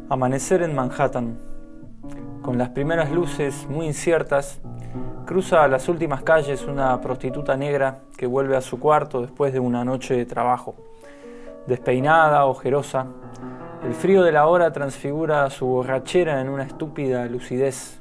Amanecer en Manhattan. Con las primeras luces muy inciertas, cruza las últimas calles una prostituta negra que vuelve a su cuarto después de una noche de trabajo. Despeinada, ojerosa, el frío de la hora transfigura su borrachera en una estúpida lucidez.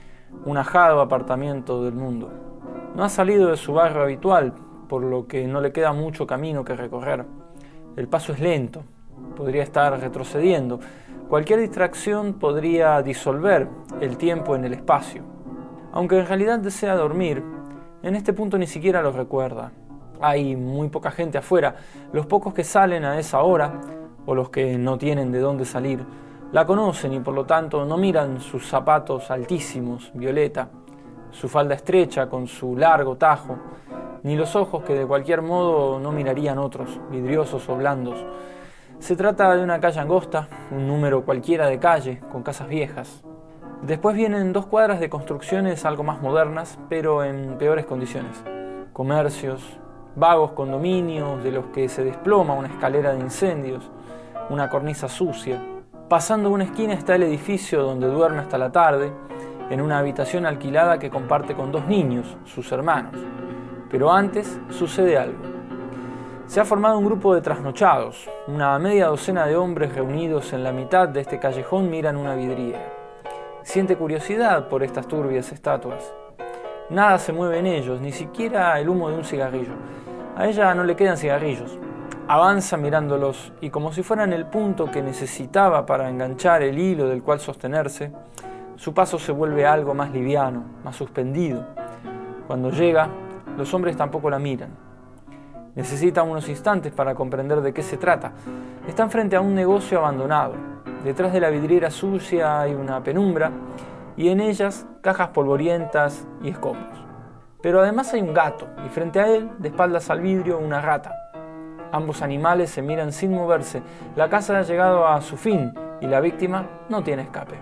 Un ajado apartamiento del mundo. No ha salido de su barrio habitual, por lo que no le queda mucho camino que recorrer. El paso es lento, podría estar retrocediendo. Cualquier distracción podría disolver el tiempo en el espacio. Aunque en realidad desea dormir, en este punto ni siquiera lo recuerda. Hay muy poca gente afuera. Los pocos que salen a esa hora, o los que no tienen de dónde salir, la conocen y por lo tanto no miran sus zapatos altísimos, violeta, su falda estrecha con su largo tajo, ni los ojos que de cualquier modo no mirarían otros, vidriosos o blandos. Se trata de una calle angosta, un número cualquiera de calle, con casas viejas. Después vienen 2 cuadras de construcciones algo más modernas, pero en peores condiciones. Comercios, vagos condominios de los que se desploma una escalera de incendios, una cornisa sucia. Pasando una esquina está el edificio donde duerme hasta la tarde, en una habitación alquilada que comparte con 2 niños, sus hermanos. Pero antes sucede algo. Se ha formado un grupo de trasnochados. Una media docena de hombres reunidos en la mitad de este callejón miran una vidriera. Siente curiosidad por estas turbias estatuas. Nada se mueve en ellos, ni siquiera el humo de un cigarrillo. A ella no le quedan cigarrillos. Avanza mirándolos y como si fueran el punto que necesitaba para enganchar el hilo del cual sostenerse, su paso se vuelve algo más liviano, más suspendido. Cuando llega, los hombres tampoco la miran. Necesita unos instantes para comprender de qué se trata. Están frente a un negocio abandonado. Detrás de la vidriera sucia hay una penumbra y en ellas cajas polvorientas y escombros. Pero además hay un gato y frente a él, de espaldas al vidrio, una rata. Ambos animales se miran sin moverse. La casa ha llegado a su fin y la víctima no tiene escape.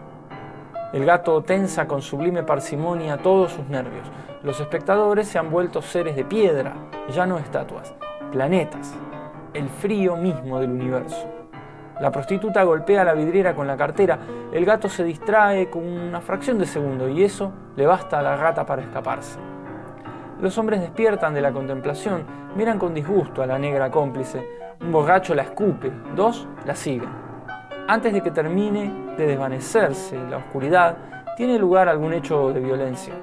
El gato tensa con sublime parsimonia todos sus nervios. Los espectadores se han vuelto seres de piedra, ya no estatuas, planetas, el frío mismo del universo. La prostituta golpea la vidriera con la cartera, el gato se distrae con una fracción de segundo y eso le basta a la rata para escaparse. Los hombres despiertan de la contemplación, miran con disgusto a la negra cómplice, un borracho la escupe, 2 la siguen. Antes de que termine de desvanecerse la oscuridad, tiene lugar algún hecho de violencia.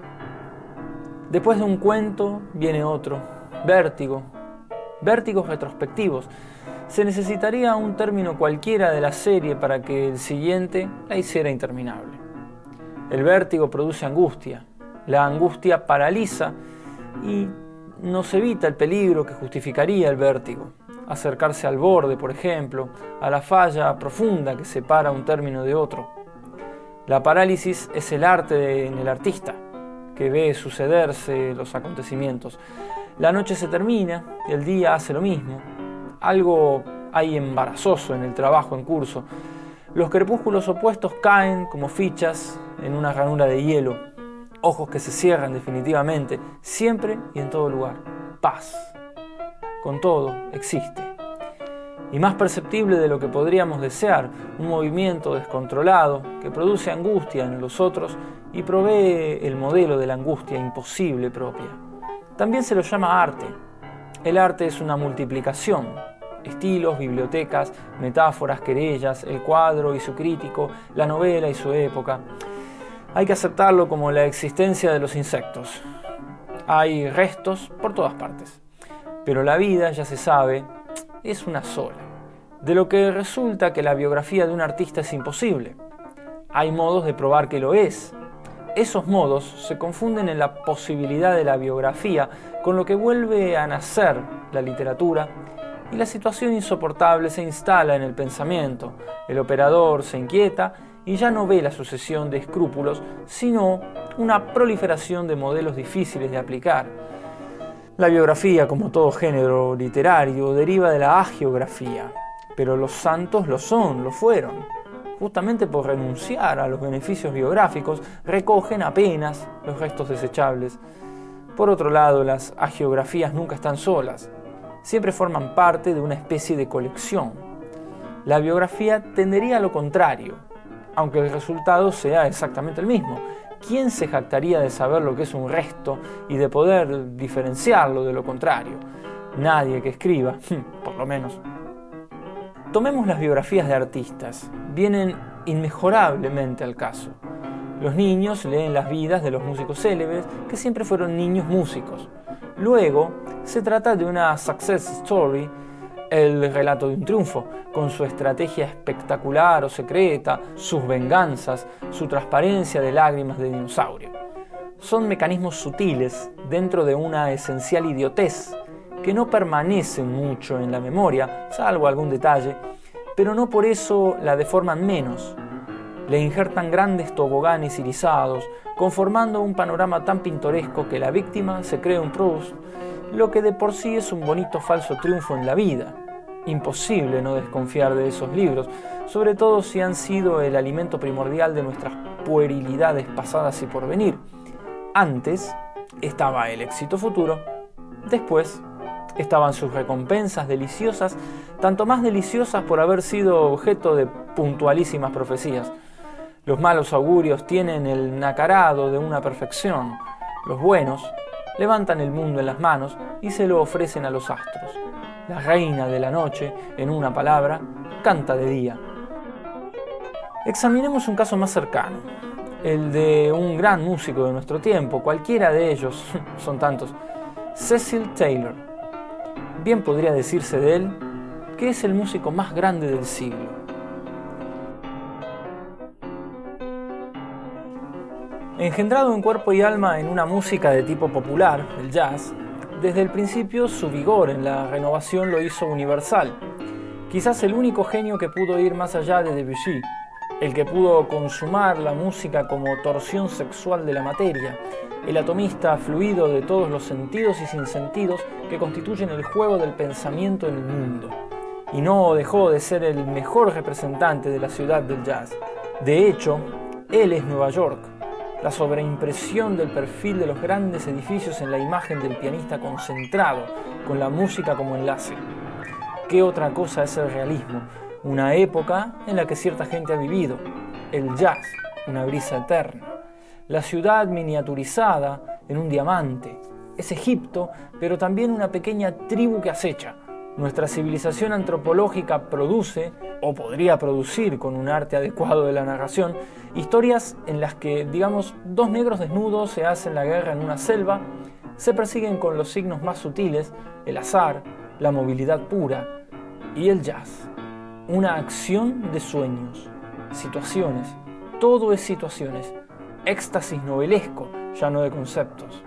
Después de un cuento viene otro, vértigo, vértigos retrospectivos. Se necesitaría un término cualquiera de la serie para que el siguiente la hiciera interminable. El vértigo produce angustia, la angustia paraliza y nos evita el peligro que justificaría el vértigo. Acercarse al borde, por ejemplo, a la falla profunda que separa un término de otro. La parálisis es el arte en el artista, que ve sucederse los acontecimientos. La noche se termina, el día hace lo mismo. Algo hay embarazoso en el trabajo en curso. Los crepúsculos opuestos caen como fichas en una ranura de hielo. Ojos que se cierran definitivamente, siempre y en todo lugar. Paz. Con todo, existe. Y más perceptible de lo que podríamos desear, un movimiento descontrolado que produce angustia en los otros y provee el modelo de la angustia imposible propia. También se lo llama arte. El arte es una multiplicación. Estilos, bibliotecas, metáforas, querellas, el cuadro y su crítico, la novela y su época. Hay que aceptarlo como la existencia de los insectos. Hay restos por todas partes. Pero la vida, ya se sabe, es una sola. De lo que resulta que la biografía de un artista es imposible. Hay modos de probar que lo es. Esos modos se confunden en la posibilidad de la biografía con lo que vuelve a nacer la literatura y la situación insoportable se instala en el pensamiento. El operador se inquieta y ya no ve la sucesión de escrúpulos, sino una proliferación de modelos difíciles de aplicar. La biografía, como todo género literario, deriva de la hagiografía, pero los santos lo fueron. Justamente por renunciar a los beneficios biográficos, recogen apenas los restos desechables. Por otro lado, las hagiografías nunca están solas, siempre forman parte de una especie de colección. La biografía tendería a lo contrario, aunque el resultado sea exactamente el mismo. ¿Quién se jactaría de saber lo que es un resto y de poder diferenciarlo de lo contrario? Nadie que escriba, por lo menos. Tomemos las biografías de artistas. Vienen inmejorablemente al caso. Los niños leen las vidas de los músicos célebres, que siempre fueron niños músicos. Luego, se trata de una success story, el relato de un triunfo, con su estrategia espectacular o secreta, sus venganzas, su transparencia de lágrimas de dinosaurio. Son mecanismos sutiles dentro de una esencial idiotez que no permanecen mucho en la memoria, salvo algún detalle, pero no por eso la deforman menos. Le injertan grandes toboganes irisados, conformando un panorama tan pintoresco que la víctima se cree un Proust, lo que de por sí es un bonito falso triunfo en la vida. Imposible no desconfiar de esos libros, sobre todo si han sido el alimento primordial de nuestras puerilidades pasadas y por venir. Antes estaba el éxito futuro, después estaban sus recompensas deliciosas, tanto más deliciosas por haber sido objeto de puntualísimas profecías. Los malos augurios tienen el nacarado de una perfección. Los buenos levantan el mundo en las manos y se lo ofrecen a los astros. La reina de la noche, en una palabra, canta de día. Examinemos un caso más cercano, el de un gran músico de nuestro tiempo, cualquiera de ellos, son tantos, Cecil Taylor. Bien podría decirse de él que es el músico más grande del siglo. Engendrado en cuerpo y alma en una música de tipo popular, el jazz, desde el principio su vigor en la renovación lo hizo universal. Quizás el único genio que pudo ir más allá de Debussy, el que pudo consumar la música como torsión sexual de la materia, el atomista fluido de todos los sentidos y sinsentidos que constituyen el juego del pensamiento en el mundo. Y no dejó de ser el mejor representante de la ciudad del jazz. De hecho, él es Nueva York, la sobreimpresión del perfil de los grandes edificios en la imagen del pianista concentrado, con la música como enlace. ¿Qué otra cosa es el realismo? Una época en la que cierta gente ha vivido. El jazz, una brisa eterna. La ciudad miniaturizada en un diamante. Es Egipto, pero también una pequeña tribu que acecha. Nuestra civilización antropológica produce, o podría producir con un arte adecuado de la narración, historias en las que, digamos, dos negros desnudos se hacen la guerra en una selva, se persiguen con los signos más sutiles, el azar, la movilidad pura y el jazz. Una acción de sueños, situaciones, todo es situaciones, éxtasis novelesco, ya no de conceptos.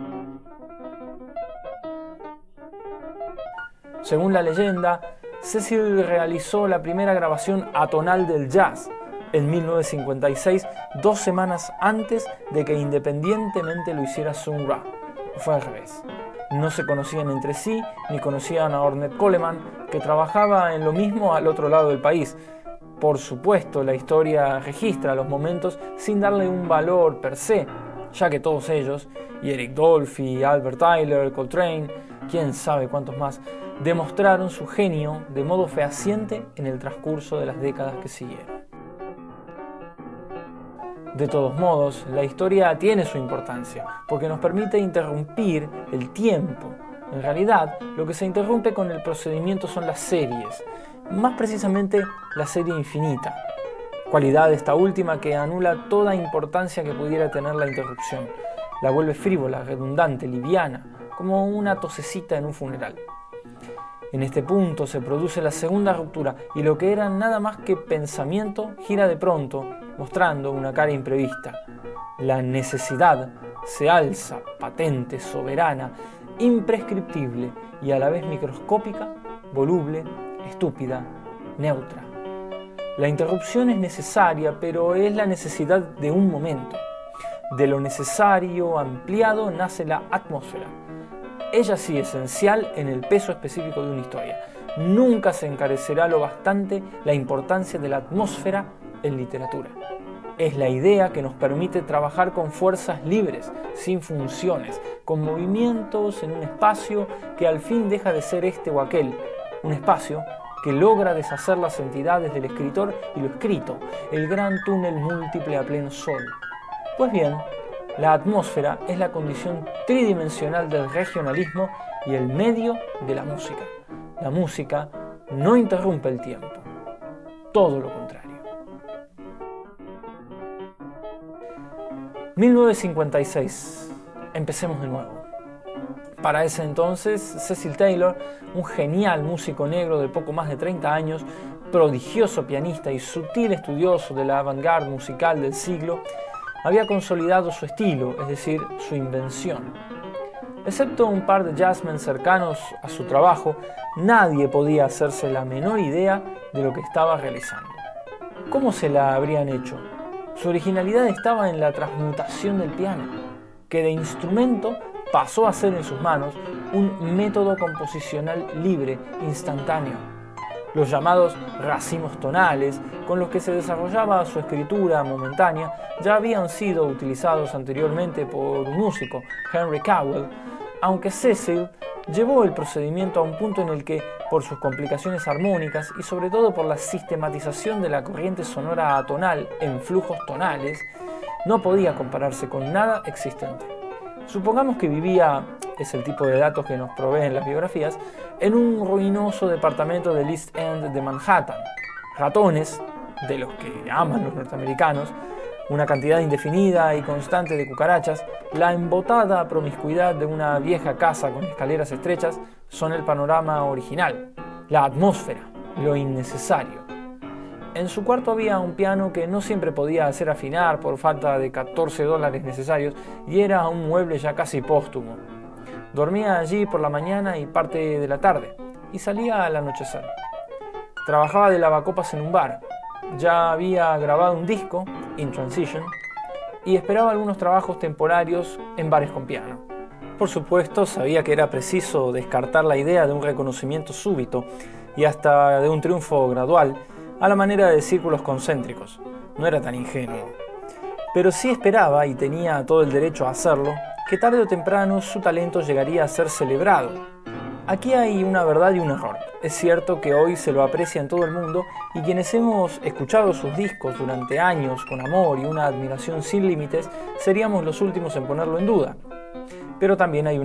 Según la leyenda, Cecil realizó la primera grabación atonal del jazz en 1956, 2 semanas antes de que independientemente lo hiciera Sun Ra. Fue al revés. No se conocían entre sí, ni conocían a Ornette Coleman, que trabajaba en lo mismo al otro lado del país. Por supuesto, la historia registra los momentos sin darle un valor per se, ya que todos ellos, y Eric Dolphy, Albert Tyler, Coltrane, quién sabe cuántos más, demostraron su genio de modo fehaciente en el transcurso de las décadas que siguieron. De todos modos, la historia tiene su importancia, porque nos permite interrumpir el tiempo. En realidad, lo que se interrumpe con el procedimiento son las series, más precisamente la serie infinita, cualidad esta última que anula toda importancia que pudiera tener la interrupción, la vuelve frívola, redundante, liviana, como una tosecita en un funeral. En este punto se produce la segunda ruptura y lo que era nada más que pensamiento gira de pronto, mostrando una cara imprevista. La necesidad se alza, patente, soberana, imprescriptible y a la vez microscópica, voluble, estúpida, neutra. La interrupción es necesaria, pero es la necesidad de un momento. De lo necesario ampliado nace la atmósfera. Ella sí esencial en el peso específico de una historia. Nunca se encarecerá lo bastante la importancia de la atmósfera en literatura. Es la idea que nos permite trabajar con fuerzas libres, sin funciones, con movimientos en un espacio que al fin deja de ser este o aquel, un espacio que logra deshacer las entidades del escritor y lo escrito, el gran túnel múltiple a pleno sol. Pues bien, la atmósfera es la condición tridimensional del regionalismo y el medio de la música. La música no interrumpe el tiempo, todo lo contrario. 1956. Empecemos de nuevo. Para ese entonces, Cecil Taylor, un genial músico negro de poco más de 30 años, prodigioso pianista y sutil estudioso de la avant-garde musical del siglo, había consolidado su estilo, es decir, su invención. Excepto un par de jazzmen cercanos a su trabajo, nadie podía hacerse la menor idea de lo que estaba realizando. ¿Cómo se la habrían hecho? Su originalidad estaba en la transmutación del piano, que de instrumento pasó a ser en sus manos un método composicional libre, instantáneo. Los llamados racimos tonales, con los que se desarrollaba su escritura momentánea, ya habían sido utilizados anteriormente por un músico, Henry Cowell, aunque Cecil llevó el procedimiento a un punto en el que, por sus complicaciones armónicas y sobre todo por la sistematización de la corriente sonora atonal en flujos tonales, no podía compararse con nada existente. Supongamos que vivía, es el tipo de datos que nos proveen las biografías, en un ruinoso departamento del East End de Manhattan. Ratones, de los que aman los norteamericanos, una cantidad indefinida y constante de cucarachas, la embotada promiscuidad de una vieja casa con escaleras estrechas son el panorama original, la atmósfera, lo innecesario. En su cuarto había un piano que no siempre podía hacer afinar por falta de $14 necesarios y era un mueble ya casi póstumo. Dormía allí por la mañana y parte de la tarde y salía al anochecer. Trabajaba de lavacopas en un bar. Ya había grabado un disco, In Transition, y esperaba algunos trabajos temporarios en bares con piano. Por supuesto, sabía que era preciso descartar la idea de un reconocimiento súbito y hasta de un triunfo gradual, a la manera de círculos concéntricos. No era tan ingenuo. Pero sí esperaba, y tenía todo el derecho a hacerlo, que tarde o temprano su talento llegaría a ser celebrado. Aquí hay una verdad y un error. Es cierto que hoy se lo aprecia en todo el mundo y quienes hemos escuchado sus discos durante años con amor y una admiración sin límites, seríamos los últimos en ponerlo en duda. Pero también hay un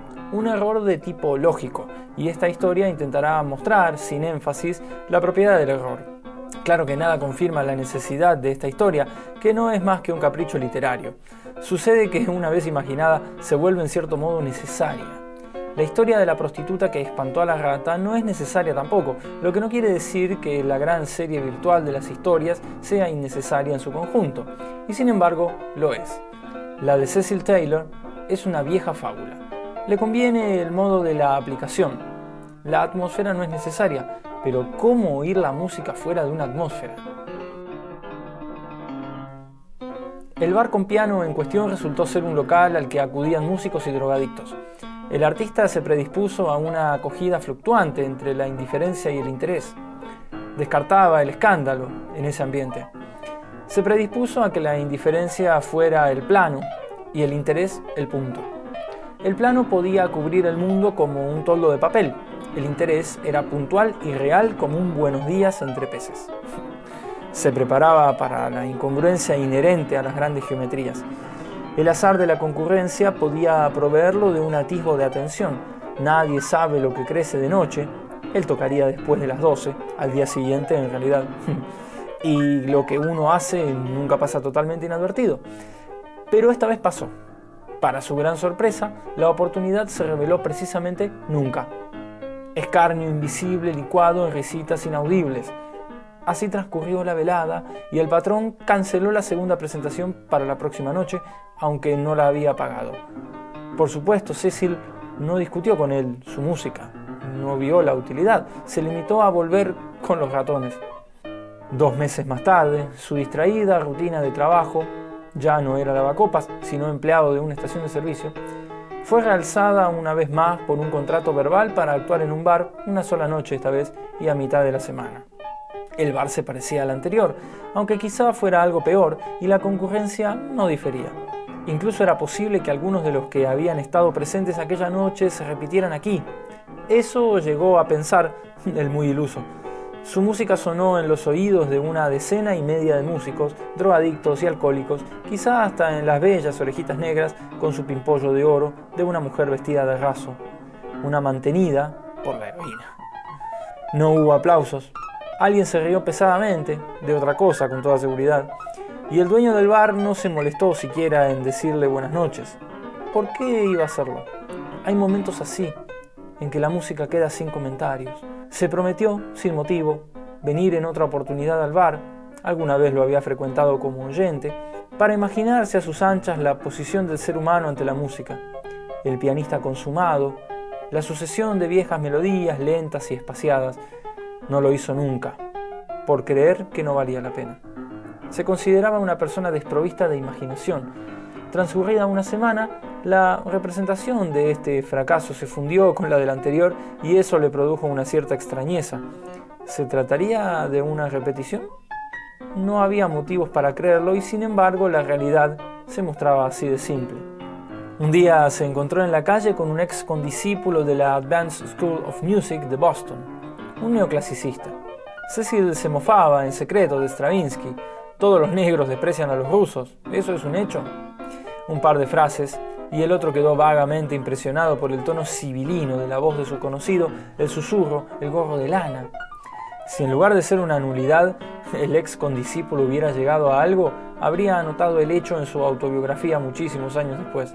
error de tipo lógico, y esta historia intentará mostrar, sin énfasis, la propiedad del error. Claro que nada confirma la necesidad de esta historia, que no es más que un capricho literario. Sucede que una vez imaginada se vuelve en cierto modo necesaria. La historia de la prostituta que espantó a la rata no es necesaria tampoco, lo que no quiere decir que la gran serie virtual de las historias sea innecesaria en su conjunto, y sin embargo lo es. La de Cecil Taylor es una vieja fábula. Le conviene el modo de la aplicación. La atmósfera no es necesaria, pero ¿cómo oír la música fuera de una atmósfera? El bar con piano en cuestión resultó ser un local al que acudían músicos y drogadictos. El artista se predispuso a una acogida fluctuante entre la indiferencia y el interés. Descartaba el escándalo en ese ambiente. Se predispuso a que la indiferencia fuera el plano y el interés el punto. El plano podía cubrir el mundo como un toldo de papel. El interés era puntual y real como un buenos días entre peces. Se preparaba para la incongruencia inherente a las grandes geometrías. El azar de la concurrencia podía proveerlo de un atisbo de atención. Nadie sabe lo que crece de noche. Él tocaría después de las 12, al día siguiente en realidad. Y lo que uno hace nunca pasa totalmente inadvertido. Pero esta vez pasó. Para su gran sorpresa, la oportunidad se reveló precisamente nunca. Escarnio invisible licuado en risitas inaudibles. Así transcurrió la velada y el patrón canceló la segunda presentación para la próxima noche, aunque no la había pagado. Por supuesto, Cecil no discutió con él su música, no vio la utilidad, se limitó a volver con los ratones. 2 meses más tarde, su distraída rutina de trabajo, ya no era lavacopas, sino empleado de una estación de servicio, fue realzada una vez más por un contrato verbal para actuar en un bar una sola noche esta vez y a mitad de la semana. El bar se parecía al anterior, aunque quizá fuera algo peor y la concurrencia no difería. Incluso era posible que algunos de los que habían estado presentes aquella noche se repitieran aquí. Eso llegó a pensar el muy iluso. Su música sonó en los oídos de una decena y media de músicos, drogadictos y alcohólicos, quizá hasta en las bellas orejitas negras con su pimpollo de oro de una mujer vestida de raso, una mantenida por la heroína. No hubo aplausos. Alguien se rió pesadamente, de otra cosa con toda seguridad, y el dueño del bar no se molestó siquiera en decirle buenas noches. ¿Por qué iba a hacerlo? Hay momentos así, en que la música queda sin comentarios. Se prometió, sin motivo, venir en otra oportunidad al bar, alguna vez lo había frecuentado como oyente, para imaginarse a sus anchas la posición del ser humano ante la música, el pianista consumado, la sucesión de viejas melodías lentas y espaciadas. No lo hizo nunca, por creer que no valía la pena. Se consideraba una persona desprovista de imaginación. Transcurrida una semana, la representación de este fracaso se fundió con la del anterior y eso le produjo una cierta extrañeza. ¿Se trataría de una repetición? No había motivos para creerlo y sin embargo la realidad se mostraba así de simple. Un día se encontró en la calle con un ex condiscípulo de la Advanced School of Music de Boston, un neoclasicista. Cecil se mofaba en secreto de Stravinsky. Todos los negros desprecian a los rusos, ¿eso es un hecho? Un par de frases, y el otro quedó vagamente impresionado por el tono sibilino de la voz de su conocido, el susurro, el gorro de lana. Si en lugar de ser una nulidad, el ex condiscípulo hubiera llegado a algo, habría anotado el hecho en su autobiografía muchísimos años después.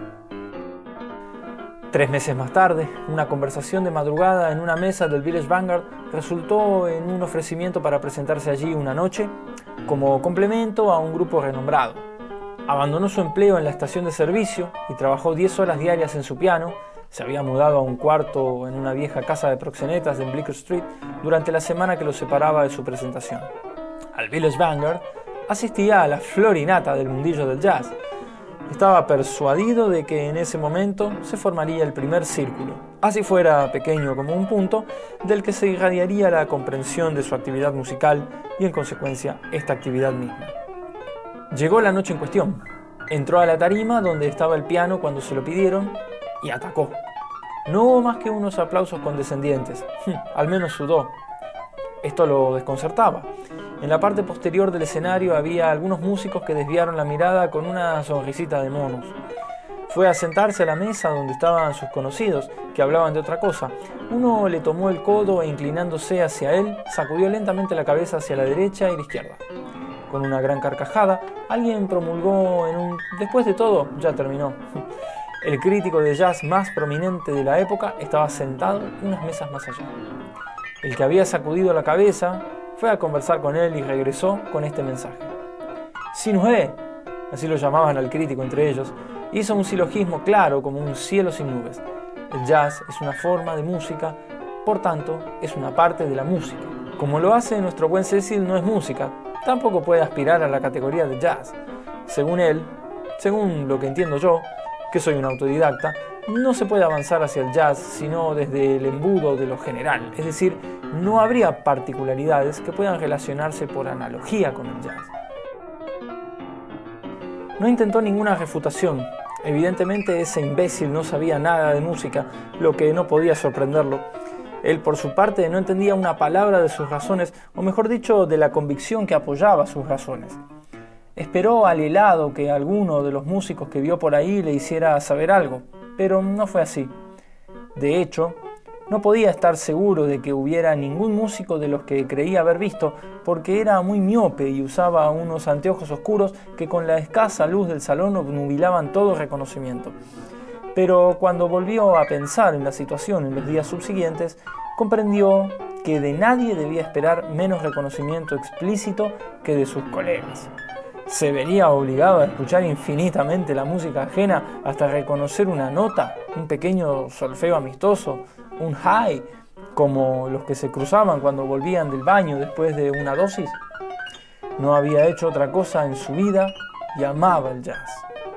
3 meses más tarde, una conversación de madrugada en una mesa del Village Vanguard resultó en un ofrecimiento para presentarse allí una noche como complemento a un grupo renombrado. Abandonó su empleo en la estación de servicio y trabajó 10 horas diarias en su piano. Se había mudado a un cuarto en una vieja casa de proxenetas en Bleecker Street durante la semana que lo separaba de su presentación. Al Village Vanguard asistía a la florinata del mundillo del jazz. Estaba persuadido de que en ese momento se formaría el primer círculo, así fuera pequeño como un punto, del que se irradiaría la comprensión de su actividad musical y en consecuencia esta actividad misma. Llegó la noche en cuestión. Entró a la tarima donde estaba el piano cuando se lo pidieron y atacó. No hubo más que unos aplausos condescendientes. Al menos sudó. Esto lo desconcertaba. En la parte posterior del escenario había algunos músicos que desviaron la mirada con una sonrisita de monos. Fue a sentarse a la mesa donde estaban sus conocidos, que hablaban de otra cosa. Uno le tomó el codo e inclinándose hacia él, sacudió lentamente la cabeza hacia la derecha y la izquierda. Con una gran carcajada, alguien promulgó en un «después de todo, ya terminó». El crítico de jazz más prominente de la época estaba sentado unas mesas más allá. El que había sacudido la cabeza fue a conversar con él y regresó con este mensaje. Sinuhe, así lo llamaban al crítico entre ellos, hizo un silogismo claro como un cielo sin nubes. El jazz es una forma de música, por tanto es una parte de la música. Como lo hace nuestro buen Cecil, no es música, tampoco puede aspirar a la categoría de jazz. Según él, según lo que entiendo yo, que soy un autodidacta, no se puede avanzar hacia el jazz sino desde el embudo de lo general, es decir, no habría particularidades que puedan relacionarse por analogía con el jazz. No intentó ninguna refutación. Evidentemente ese imbécil no sabía nada de música, lo que no podía sorprenderlo. Él, por su parte, no entendía una palabra de sus razones, o mejor dicho, de la convicción que apoyaba sus razones. Esperó al helado que alguno de los músicos que vio por ahí le hiciera saber algo, pero no fue así. De hecho, no podía estar seguro de que hubiera ningún músico de los que creía haber visto, porque era muy miope y usaba unos anteojos oscuros que con la escasa luz del salón obnubilaban todo reconocimiento. Pero cuando volvió a pensar en la situación en los días subsiguientes, comprendió que de nadie debía esperar menos reconocimiento explícito que de sus colegas. Se vería obligado a escuchar infinitamente la música ajena hasta reconocer una nota, un pequeño solfeo amistoso, un high, como los que se cruzaban cuando volvían del baño después de una dosis. No había hecho otra cosa en su vida y amaba el jazz.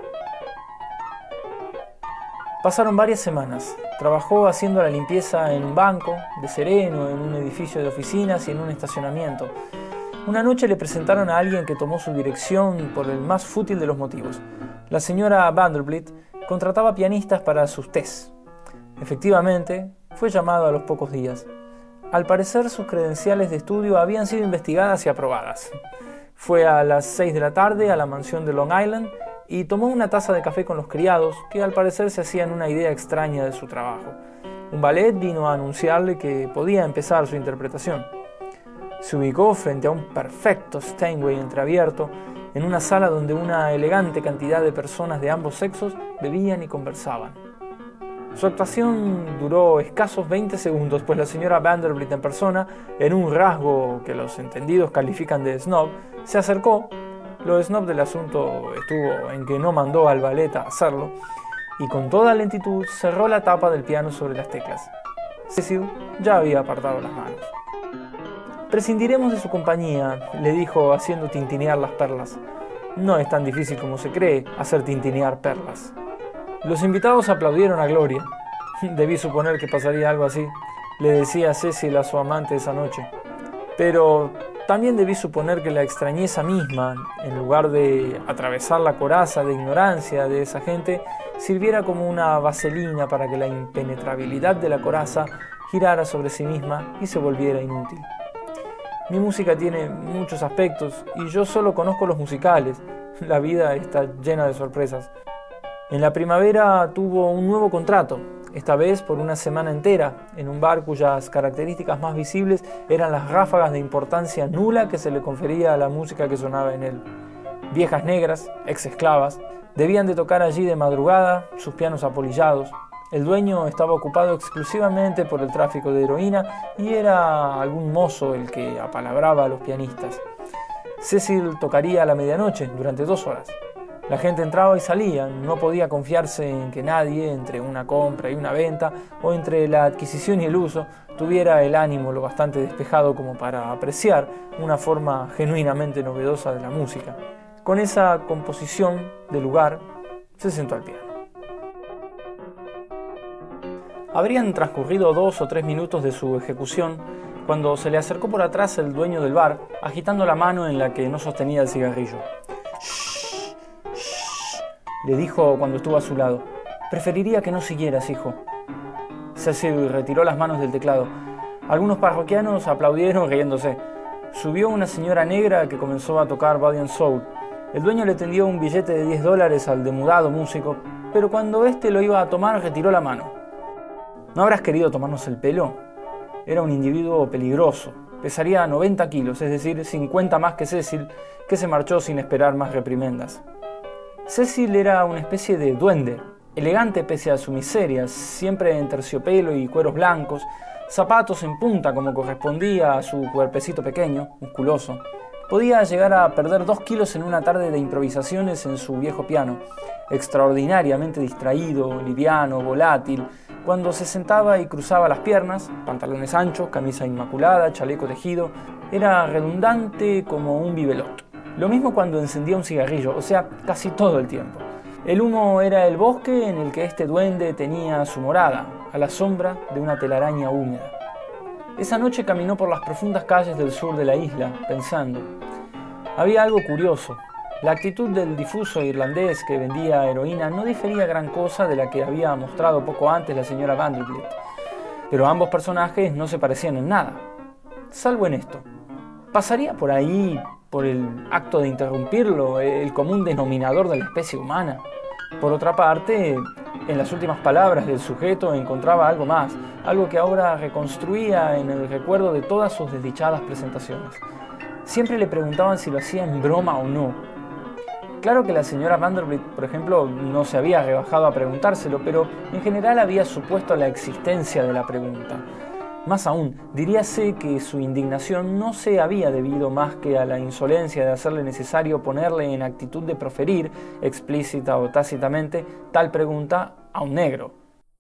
Pasaron varias semanas. Trabajó haciendo la limpieza en un banco, de sereno, en un edificio de oficinas y en un estacionamiento. Una noche le presentaron a alguien que tomó su dirección por el más fútil de los motivos. La señora Vanderbilt contrataba pianistas para sus tés. Efectivamente, fue llamado a los pocos días. Al parecer, sus credenciales de estudio habían sido investigadas y aprobadas. Fue a las 6 de la tarde a la mansión de Long Island y tomó una taza de café con los criados, que al parecer se hacían una idea extraña de su trabajo. Un ballet vino a anunciarle que podía empezar su interpretación. Se ubicó frente a un perfecto Steinway entreabierto, en una sala donde una elegante cantidad de personas de ambos sexos bebían y conversaban. Su actuación duró escasos 20 segundos, pues la señora Vanderbilt en persona, en un rasgo que los entendidos califican de snob, se acercó. Lo snob del asunto estuvo en que no mandó al ballet a hacerlo, y con toda lentitud cerró la tapa del piano sobre las teclas. Cecil ya había apartado las manos. «Prescindiremos de su compañía», le dijo haciendo tintinear las perlas. «No es tan difícil como se cree hacer tintinear perlas». Los invitados aplaudieron a Gloria. «Debí suponer que pasaría algo así», le decía Cecil a su amante esa noche. «Pero también debí suponer que la extrañeza misma, en lugar de atravesar la coraza de ignorancia de esa gente, sirviera como una vaselina para que la impenetrabilidad de la coraza girara sobre sí misma y se volviera inútil. Mi música tiene muchos aspectos y yo solo conozco los musicales. La vida está llena de sorpresas». En la primavera tuvo un nuevo contrato, esta vez por una semana entera, en un bar cuyas características más visibles eran las ráfagas de importancia nula que se le confería a la música que sonaba en él. Viejas negras, ex esclavas, debían de tocar allí de madrugada, sus pianos apolillados. El dueño estaba ocupado exclusivamente por el tráfico de heroína y era algún mozo el que apalabraba a los pianistas. Cecil tocaría a la medianoche, durante 2 horas. La gente entraba y salía, no podía confiarse en que nadie, entre una compra y una venta, o entre la adquisición y el uso, tuviera el ánimo lo bastante despejado como para apreciar una forma genuinamente novedosa de la música. Con esa composición de lugar, se sentó al piano. Habrían transcurrido 2 o 3 minutos de su ejecución cuando se le acercó por atrás el dueño del bar, agitando la mano en la que no sostenía el cigarrillo. Le dijo cuando estuvo a su lado. «Preferiría que no siguieras, hijo». Cecil retiró las manos del teclado. Algunos parroquianos aplaudieron riéndose. Subió una señora negra que comenzó a tocar Body and Soul. El dueño le tendió un billete de $10 al demudado músico, pero cuando éste lo iba a tomar retiró la mano. «¿No habrás querido tomarnos el pelo?» Era un individuo peligroso. Pesaría 90 kilos, es decir, 50 más que Cecil, que se marchó sin esperar más reprimendas. Cecil era una especie de duende, elegante pese a su miseria, siempre en terciopelo y cueros blancos, zapatos en punta como correspondía a su cuerpecito pequeño, musculoso. Podía llegar a perder 2 kilos en una tarde de improvisaciones en su viejo piano, extraordinariamente distraído, liviano, volátil. Cuando se sentaba y cruzaba las piernas, pantalones anchos, camisa inmaculada, chaleco tejido, era redundante como un bibelot. Lo mismo cuando encendía un cigarrillo, o sea, casi todo el tiempo. El humo era el bosque en el que este duende tenía su morada, a la sombra de una telaraña húmeda. Esa noche caminó por las profundas calles del sur de la isla, pensando. Había algo curioso. La actitud del difuso irlandés que vendía heroína no difería gran cosa de la que había mostrado poco antes la señora Vanderbilt. Pero ambos personajes no se parecían en nada, salvo en esto. ¿Pasaría por ahí, por el acto de interrumpirlo, el común denominador de la especie humana? Por otra parte, en las últimas palabras del sujeto encontraba algo más, algo que ahora reconstruía en el recuerdo de todas sus desdichadas presentaciones. Siempre le preguntaban si lo hacía en broma o no. Claro que la señora Vanderbilt, por ejemplo, no se había rebajado a preguntárselo, pero en general había supuesto la existencia de la pregunta. Más aún, diríase que su indignación no se había debido más que a la insolencia de hacerle necesario ponerle en actitud de proferir, explícita o tácitamente, tal pregunta a un negro.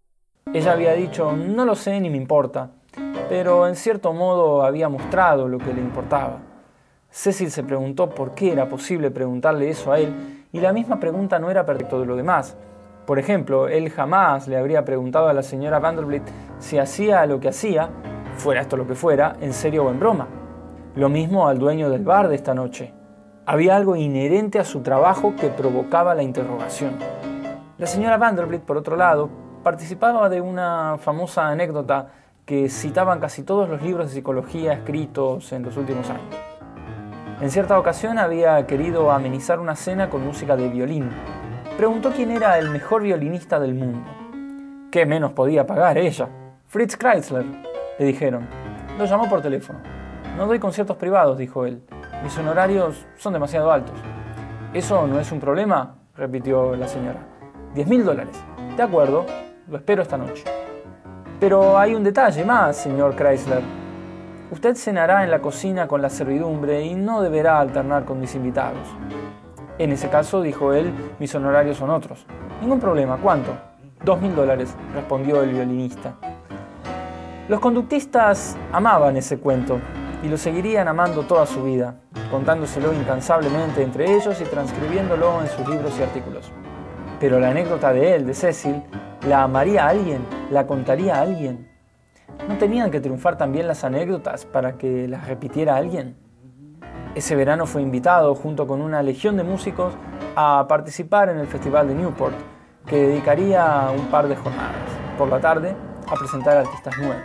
Ella había dicho, no lo sé ni me importa, pero en cierto modo había mostrado lo que le importaba. Cecil se preguntó por qué era posible preguntarle eso a él, y la misma pregunta no era perfecto de lo demás. Por ejemplo, él jamás le habría preguntado a la señora Vanderbilt si hacía lo que hacía, fuera esto lo que fuera, en serio o en broma. Lo mismo al dueño del bar de esta noche. Había algo inherente a su trabajo que provocaba la interrogación. La señora Vanderbilt, por otro lado, participaba de una famosa anécdota que citaban casi todos los libros de psicología escritos en los últimos años. En cierta ocasión había querido amenizar una cena con música de violín. Preguntó quién era el mejor violinista del mundo. ¿Qué menos podía pagar ella? Fritz Kreisler, le dijeron. Lo llamó por teléfono. No doy conciertos privados, dijo él. Mis honorarios son demasiado altos. ¿Eso no es un problema?, repitió la señora. $10.000. De acuerdo, lo espero esta noche. Pero hay un detalle más, señor Kreisler. Usted cenará en la cocina con la servidumbre y no deberá alternar con mis invitados. En ese caso, dijo él, mis honorarios son otros. Ningún problema, ¿cuánto? $2.000, respondió el violinista. Los conductistas amaban ese cuento y lo seguirían amando toda su vida, contándoselo incansablemente entre ellos y transcribiéndolo en sus libros y artículos. Pero la anécdota de él, de Cecil, ¿la amaría a alguien? ¿La contaría a alguien? ¿No tenían que triunfar también las anécdotas para que las repitiera alguien? Ese verano fue invitado, junto con una legión de músicos, a participar en el Festival de Newport, que dedicaría un par de jornadas, por la tarde, a presentar artistas nuevos.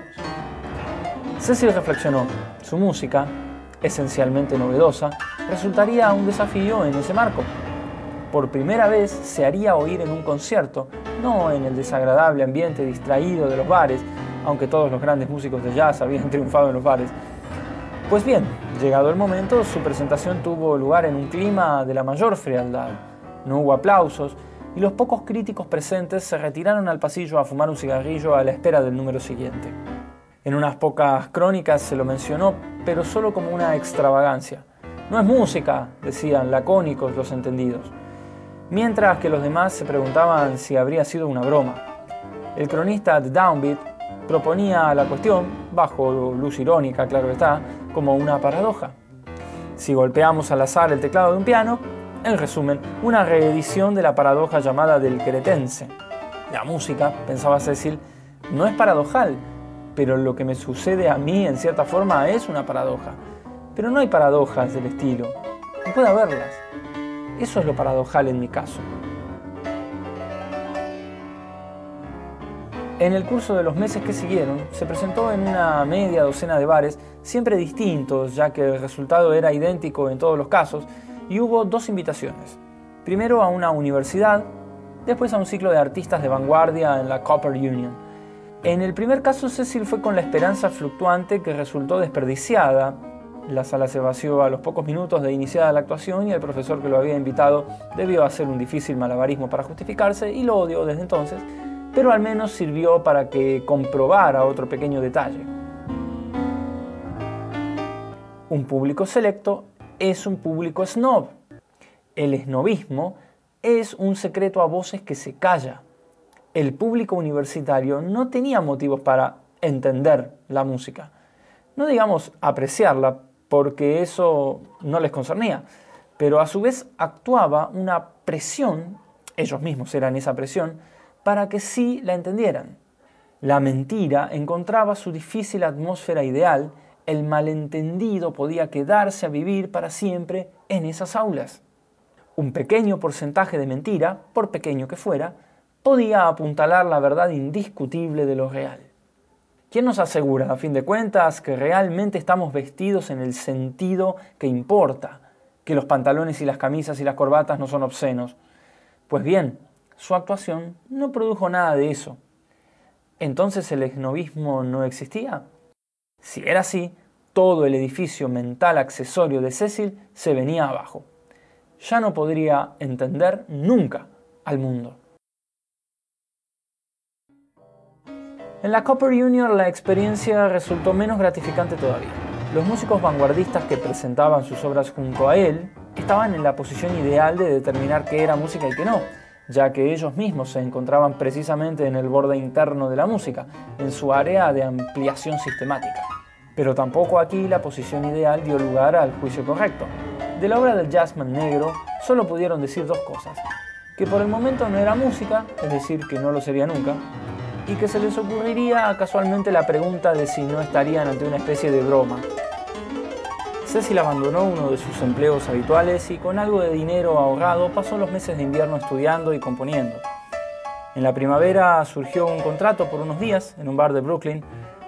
Cecil reflexionó, su música, esencialmente novedosa, resultaría un desafío en ese marco. Por primera vez se haría oír en un concierto, no en el desagradable ambiente distraído de los bares, aunque todos los grandes músicos de jazz habían triunfado en los bares. Pues bien, llegado el momento, su presentación tuvo lugar en un clima de la mayor frialdad. No hubo aplausos y los pocos críticos presentes se retiraron al pasillo a fumar un cigarrillo a la espera del número siguiente. En unas pocas crónicas se lo mencionó, pero solo como una extravagancia. No es música, decían lacónicos los entendidos. Mientras que los demás se preguntaban si habría sido una broma. El cronista de Downbeat proponía la cuestión, bajo luz irónica, claro está, como una paradoja. Si golpeamos al azar el teclado de un piano, en resumen, una reedición de la paradoja llamada del cretense. La música, pensaba Cecil, no es paradojal, pero lo que me sucede a mí, en cierta forma, es una paradoja. Pero no hay paradojas del estilo. No puede haberlas. Eso es lo paradojal en mi caso. En el curso de los meses que siguieron, se presentó en una media docena de bares, siempre distintos, ya que el resultado era idéntico en todos los casos, y hubo dos invitaciones. Primero a una universidad, después a un ciclo de artistas de vanguardia en la Cooper Union. En el primer caso, Cecil fue con la esperanza fluctuante que resultó desperdiciada. La sala se vació a los pocos minutos de iniciada la actuación y el profesor que lo había invitado debió hacer un difícil malabarismo para justificarse y lo odió desde entonces, pero al menos sirvió para que comprobara otro pequeño detalle. Un público selecto es un público snob. El snobismo es un secreto a voces que se calla. El público universitario no tenía motivos para entender la música. No digamos apreciarla, porque eso no les concernía, pero a su vez actuaba una presión, ellos mismos eran esa presión, para que sí la entendieran. La mentira encontraba su difícil atmósfera ideal, el malentendido podía quedarse a vivir para siempre en esas aulas. Un pequeño porcentaje de mentira, por pequeño que fuera, podía apuntalar la verdad indiscutible de lo real. ¿Quién nos asegura, a fin de cuentas, que realmente estamos vestidos en el sentido que importa? Que los pantalones y las camisas y las corbatas no son obscenos. Pues bien, su actuación no produjo nada de eso. ¿Entonces el snobismo no existía? Si era así, todo el edificio mental accesorio de Cecil se venía abajo. Ya no podría entender nunca al mundo. En la Cooper Union la experiencia resultó menos gratificante todavía. Los músicos vanguardistas que presentaban sus obras junto a él estaban en la posición ideal de determinar qué era música y qué no, ya que ellos mismos se encontraban precisamente en el borde interno de la música, en su área de ampliación sistemática. Pero tampoco aquí la posición ideal dio lugar al juicio correcto. De la obra del jazzman negro solo pudieron decir dos cosas: que por el momento no era música, es decir, que no lo sería nunca, y que se les ocurriría casualmente la pregunta de si no estarían ante una especie de broma. Cecil abandonó uno de sus empleos habituales y con algo de dinero ahorrado pasó los meses de invierno estudiando y componiendo. En la primavera surgió un contrato por unos días en un bar de Brooklyn,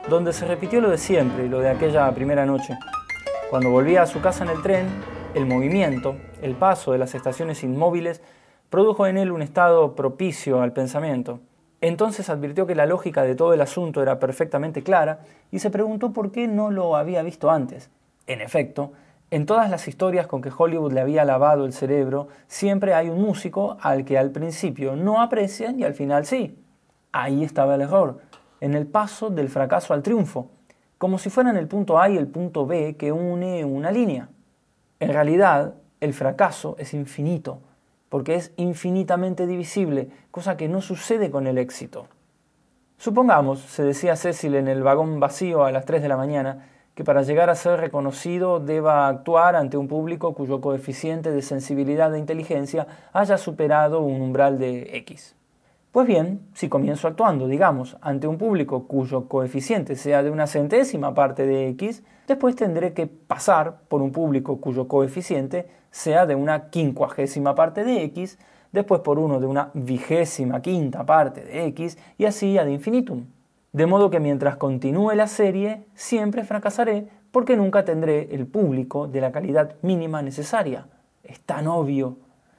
donde se repitió lo de siempre, lo de aquella primera noche. Cuando volvía a su casa en el tren, el movimiento, el paso de las estaciones inmóviles, produjo en él un estado propicio al pensamiento. Entonces advirtió que la lógica de todo el asunto era perfectamente clara y se preguntó por qué no lo había visto antes. En efecto, en todas las historias con que Hollywood le había lavado el cerebro, siempre hay un músico al que al principio no aprecian y al final sí. Ahí estaba el error, en el paso del fracaso al triunfo, como si fueran el punto A y el punto B que une una línea. En realidad, el fracaso es infinito, porque es infinitamente divisible, cosa que no sucede con el éxito. Supongamos, se decía Cecil en el vagón vacío a las 3 de la mañana, que para llegar a ser reconocido deba actuar ante un público cuyo coeficiente de sensibilidad e inteligencia haya superado un umbral de X. Pues bien, si comienzo actuando, digamos, ante un público cuyo coeficiente sea de una centésima parte de X, después tendré que pasar por un público cuyo coeficiente sea de una quincuagésima parte de X, después por uno de una vigésima quinta parte de X, y así ad infinitum. De modo que mientras continúe la serie, siempre fracasaré porque nunca tendré el público de la calidad mínima necesaria. Es tan obvio.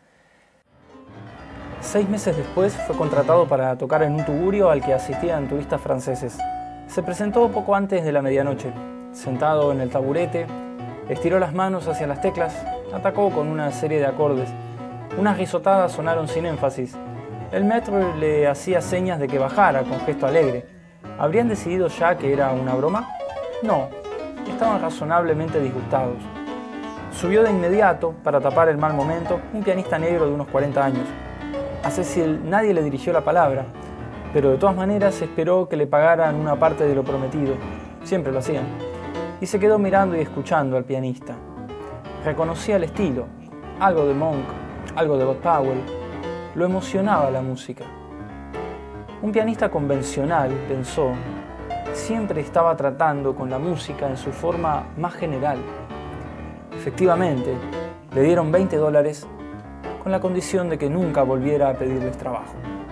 6 meses después fue contratado para tocar en un tugurio al que asistían turistas franceses. Se presentó poco antes de la medianoche. Sentado en el taburete, estiró las manos hacia las teclas, atacó con una serie de acordes. Unas risotadas sonaron sin énfasis. El maître le hacía señas de que bajara con gesto alegre. ¿Habrían decidido ya que era una broma? No, estaban razonablemente disgustados. Subió de inmediato, para tapar el mal momento, un pianista negro de unos 40 años. A Cecil nadie le dirigió la palabra, pero de todas maneras esperó que le pagaran una parte de lo prometido. Siempre lo hacían. Y se quedó mirando y escuchando al pianista. Reconocía el estilo, algo de Monk, algo de Bud Powell. Lo emocionaba la música. Un pianista convencional, pensó, siempre estaba tratando con la música en su forma más general. Efectivamente, le dieron $20 con la condición de que nunca volviera a pedirles trabajo.